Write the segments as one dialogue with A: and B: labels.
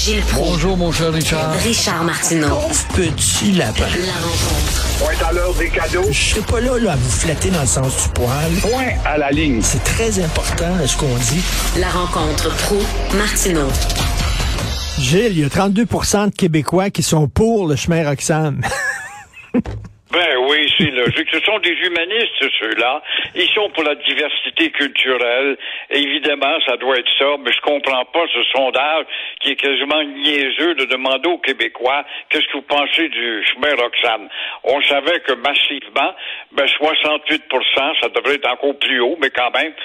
A: Gilles Proulx.
B: Bonjour, mon cher Richard.
A: Richard Martineau.
C: Petit lapin.
A: La rencontre.
D: Point à l'heure des cadeaux.
C: Je serai pas là à vous flatter dans le sens du poil.
D: Point à la ligne.
C: C'est très important, ce qu'on dit.
A: La rencontre Proulx-Martineau.
E: Gilles, il y a 32 % de Québécois qui sont pour le chemin Roxham.
F: Ben oui, c'est logique. Ce sont des humanistes, ceux-là. Ils sont pour la diversité culturelle. Et évidemment, ça doit être ça, mais je comprends pas ce sondage qui est quasiment niaiseux de demander aux Québécois qu'est-ce que vous pensez du chemin Roxham. On savait que massivement, 68%, ça devrait être encore plus haut, mais quand même,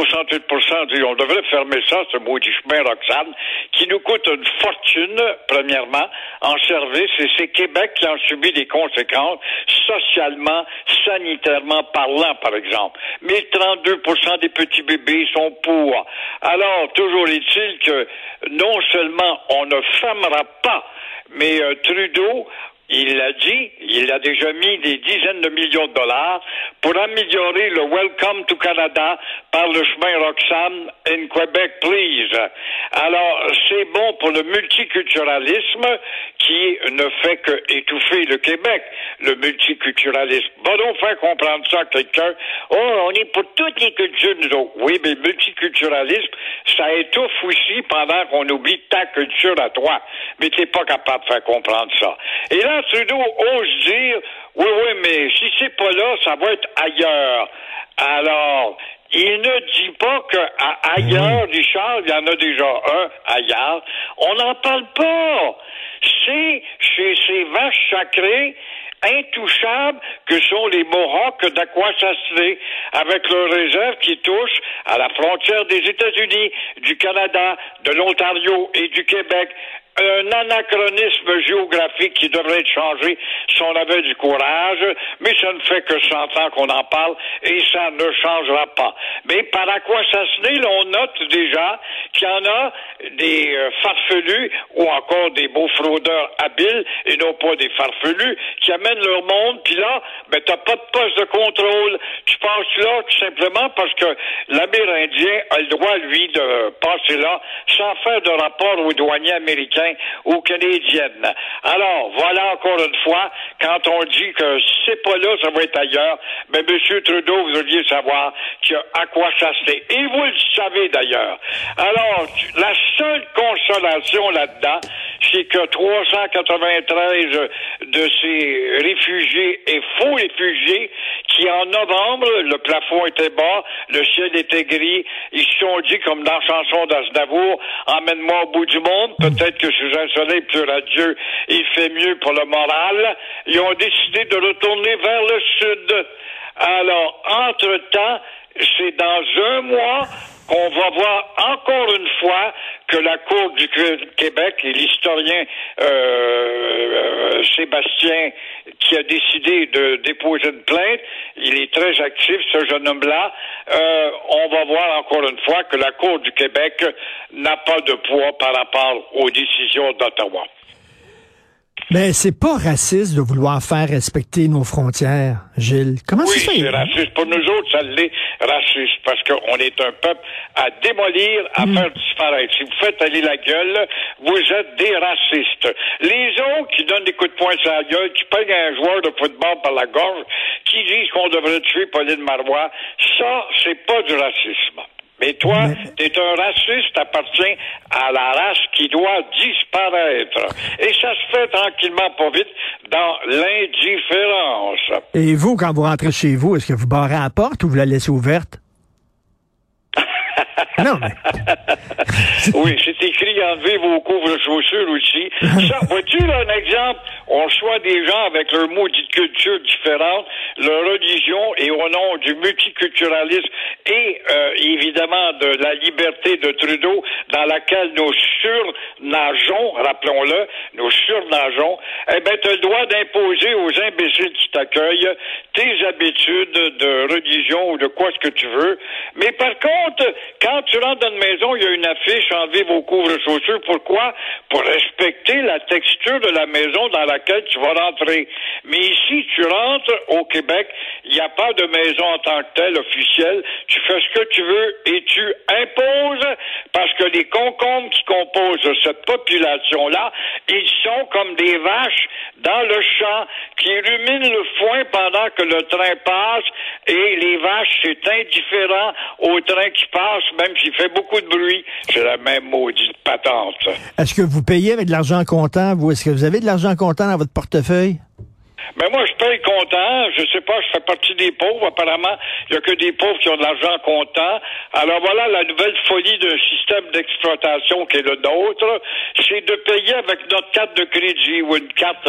F: 68% disent on devrait fermer ça, ce maudit chemin Roxham, qui nous coûte une fortune, premièrement, en service, et c'est Québec qui en subit des conséquences, socialement, sanitairement parlant, par exemple. Mais 32% des petits bébés sont pour. Alors, toujours est-il que non seulement on ne fermera pas, mais Trudeau, il l'a dit, il a déjà mis des dizaines de millions de dollars pour améliorer le Welcome to Canada par le chemin Roxham in Quebec, please. Alors, c'est bon pour le multiculturalisme qui ne fait que étouffer le Québec, le multiculturalisme. Va donc faire comprendre ça à quelqu'un. Oh, on est pour toutes les cultures, nous autres. Oui, mais le multiculturalisme, ça étouffe aussi pendant qu'on oublie ta culture à toi. Mais t'es pas capable de faire comprendre ça. Et là, Trudeau ose dire, oui, mais si c'est pas là, ça va être ailleurs. Alors, il ne dit pas qu'à ailleurs, Richard, il y en a déjà un ailleurs. On n'en parle pas. C'est chez ces vaches sacrées intouchables que sont les Mohawks d'Akwesasne, avec leurs réserves qui touchent à la frontière des États-Unis, du Canada, de l'Ontario et du Québec. Un anachronisme géographique qui devrait être changé si on avait du courage, mais ça ne fait que 100 ans qu'on en parle et ça ne changera pas. Mais par Akwesasne, on note déjà qu'il y en a des farfelus ou encore des beaux fraudeurs habiles et non pas des farfelus qui amènent leur monde, puis là, t'as pas de poste de contrôle. Tu passes là tout simplement parce que l'Amérindien a le droit, lui, de passer là sans faire de rapport aux douaniers américains ou canadiennes. Alors, voilà encore une fois, quand on dit que si c'est pas là, ça va être ailleurs, M. Trudeau, vous deviez savoir qu'il y a Akwesasne. Et vous le savez d'ailleurs. Alors, la seule consolation là-dedans, c'est que 393 de ces réfugiés et faux réfugiés qui, en novembre, le plafond était bas, le ciel était gris, ils se sont dit, comme dans la chanson d'Aznavour, emmène-moi au bout du monde, peut-être que sous un soleil plus radieux, il fait mieux pour le moral. Ils ont décidé de retourner vers le sud. Alors, entre-temps, c'est dans un mois qu'on va voir encore une fois que la Cour du Québec et l'historien Sébastien qui a décidé de déposer une plainte, il est très actif, ce jeune homme-là, on va voir encore une fois que la Cour du Québec n'a pas de poids par rapport aux décisions d'Ottawa.
E: Mais c'est pas raciste de vouloir faire respecter nos frontières, Gilles. Comment
F: oui,
E: ça se fait?
F: C'est raciste. Pour nous autres, ça l'est raciste parce qu'on est un peuple à démolir, à faire disparaître. Si vous faites aller la gueule, vous êtes des racistes. Les autres qui donnent des coups de poing sur la gueule, qui peignent un joueur de football par la gorge, qui disent qu'on devrait tuer Pauline Marois, ça, c'est pas du racisme. Mais toi, t'es un raciste, t'appartiens à la race qui doit disparaître. Et ça se fait tranquillement, pas vite, dans l'indifférence.
E: Et vous, quand vous rentrez chez vous, est-ce que vous barrez la porte ou vous la laissez ouverte? Non, mais...
F: Oui, c'est écrit enlevez vos couvre-chaussures aussi. Ça, vois-tu, là, un exemple? On reçoit des gens avec leur maudite culture différente, leur religion, et au nom du multiculturalisme et, évidemment, de la liberté de Trudeau, dans laquelle nous surnageons, rappelons-le, nous surnageons, t'as le droit d'imposer aux imbéciles qui t'accueillent tes habitudes de religion ou de quoi ce que tu veux. Mais par contre, quand tu rentres dans une maison, il y a une affiche enlever vos couvre-chaussures. Pourquoi? Pour respecter la texture de la maison dans laquelle tu vas rentrer. Mais ici, tu rentres au Québec, il n'y a pas de maison en tant que telle officielle. Tu fais ce que tu veux et tu imposes, parce que les concombres qui composent cette population-là, ils sont comme des vaches dans le champ qui ruminent le foin pendant que le train passe, et les vaches, c'est indifférent au train qui passe, même s'il fait beaucoup de bruit. C'est la même maudite patente.
E: Est-ce que vous payez avec de l'argent comptant, vous? Est-ce que vous avez de l'argent comptant dans votre portefeuille?
F: Mais moi, je paye comptant. Je sais pas, je fais partie des pauvres. Apparemment, il y a que des pauvres qui ont de l'argent comptant. Alors voilà, la nouvelle folie d'un système d'exploitation qui est le nôtre, c'est de payer avec notre carte de crédit ou une carte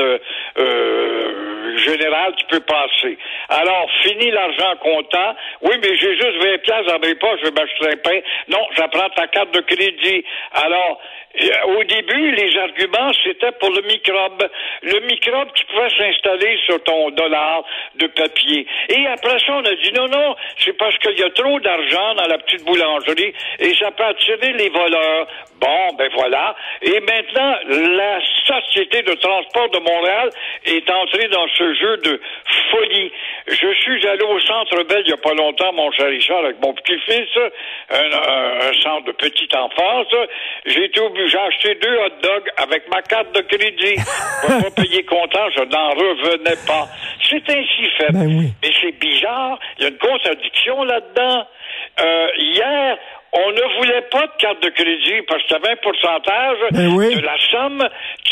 F: générale qui peut passer. Alors, fini l'argent comptant. Oui, mais j'ai juste 20 piastres dans mes poches, je vais m'acheter un pain. Non, ça prend ta carte de crédit. Alors, au début, les arguments, c'était pour le microbe. Le microbe qui pouvait s'installer sur ton dollar de papier. Et après ça, on a dit non, c'est parce qu'il y a trop d'argent dans la petite boulangerie et ça peut attirer les voleurs. Bon, ben voilà. Et maintenant, la Société de transport de Montréal est entrée dans ce jeu de folie. Je suis allé au Centre Bell il n'y a pas longtemps, mon cher Richard, avec mon petit-fils, un centre de petite enfance. J'ai acheté 2 hot dogs avec ma carte de crédit. Je ne pas payer comptant, je n'en revenais pas. C'est ainsi fait.
E: Ben oui.
F: Mais c'est bizarre, il y a une contradiction là-dedans. Hier, on ne voulait pas de carte de crédit parce qu'il y avait un pourcentage de la somme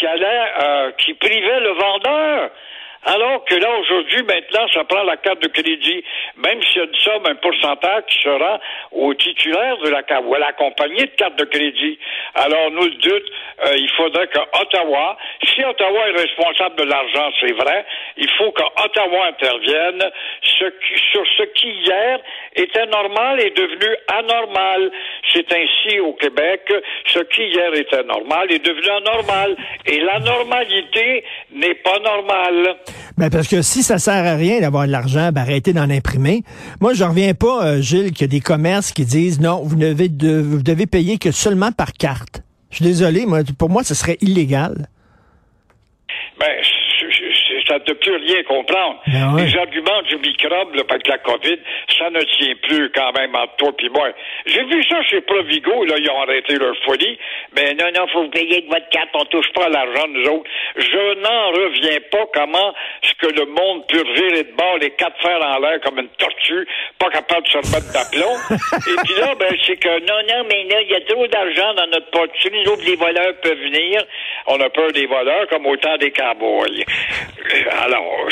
F: qui privait le vendeur. Alors que là, aujourd'hui, maintenant, ça prend la carte de crédit. Même s'il y a une somme, un pourcentage qui sera au titulaire de la carte ou à la compagnie de carte de crédit. Alors, nous le doute, il faudrait qu'Ottawa, si Ottawa est responsable de l'argent, c'est vrai, il faut qu'Ottawa intervienne sur ce qui hier était normal est devenu anormal. C'est ainsi au Québec, ce qui hier était normal est devenu anormal. Et la normalité n'est pas normale.
E: Ben parce que si ça sert à rien d'avoir de l'argent, ben arrêtez d'en imprimer. Moi, je reviens pas, Gilles, qu'il y a des commerces qui disent non, vous devez payer que seulement par carte. Je suis désolé, pour moi, ce serait illégal.
F: Ben, ça ne peut plus rien comprendre.
E: Ben ouais.
F: Les arguments du microbe, là, avec la COVID, ça ne tient plus quand même entre toi et moi. J'ai vu ça chez Provigo, là, ils ont arrêté leur folie. Mais non, faut vous payer avec votre carte, on touche pas à l'argent, nous autres. Je n'en reviens pas comment est-ce que le monde peut virer de bord les 4 fers en l'air comme une tortue, pas capable de se remettre d'aplomb. Et puis là, ben, c'est que non, mais là, il y a trop d'argent dans notre portefeuille. Nous autres, les voleurs peuvent venir. On a peur des voleurs comme au temps des cowboys. Alors,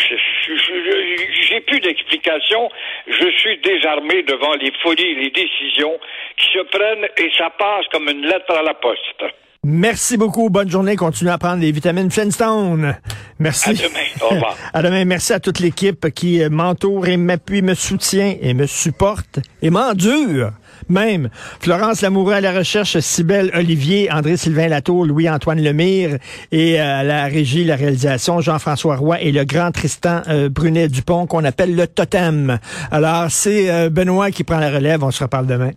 F: j'ai plus d'explications. Je suis désarmé devant les folies et les décisions qui se prennent et ça passe comme une lettre à la poste.
E: Merci beaucoup. Bonne journée. Continuez à prendre les vitamines Flintstone. Merci.
F: À demain. Au revoir.
E: À demain. Merci à toute l'équipe qui m'entoure et m'appuie, me soutient et me supporte et m'endure. Même Florence Lamoureux à la recherche, Cybèle Olivier, André-Sylvain Latour, Louis-Antoine Lemire et à la régie, la réalisation, Jean-François Roy et le grand Tristan Brunet-Dupont qu'on appelle le totem. Alors, c'est Benoît qui prend la relève. On se reparle demain.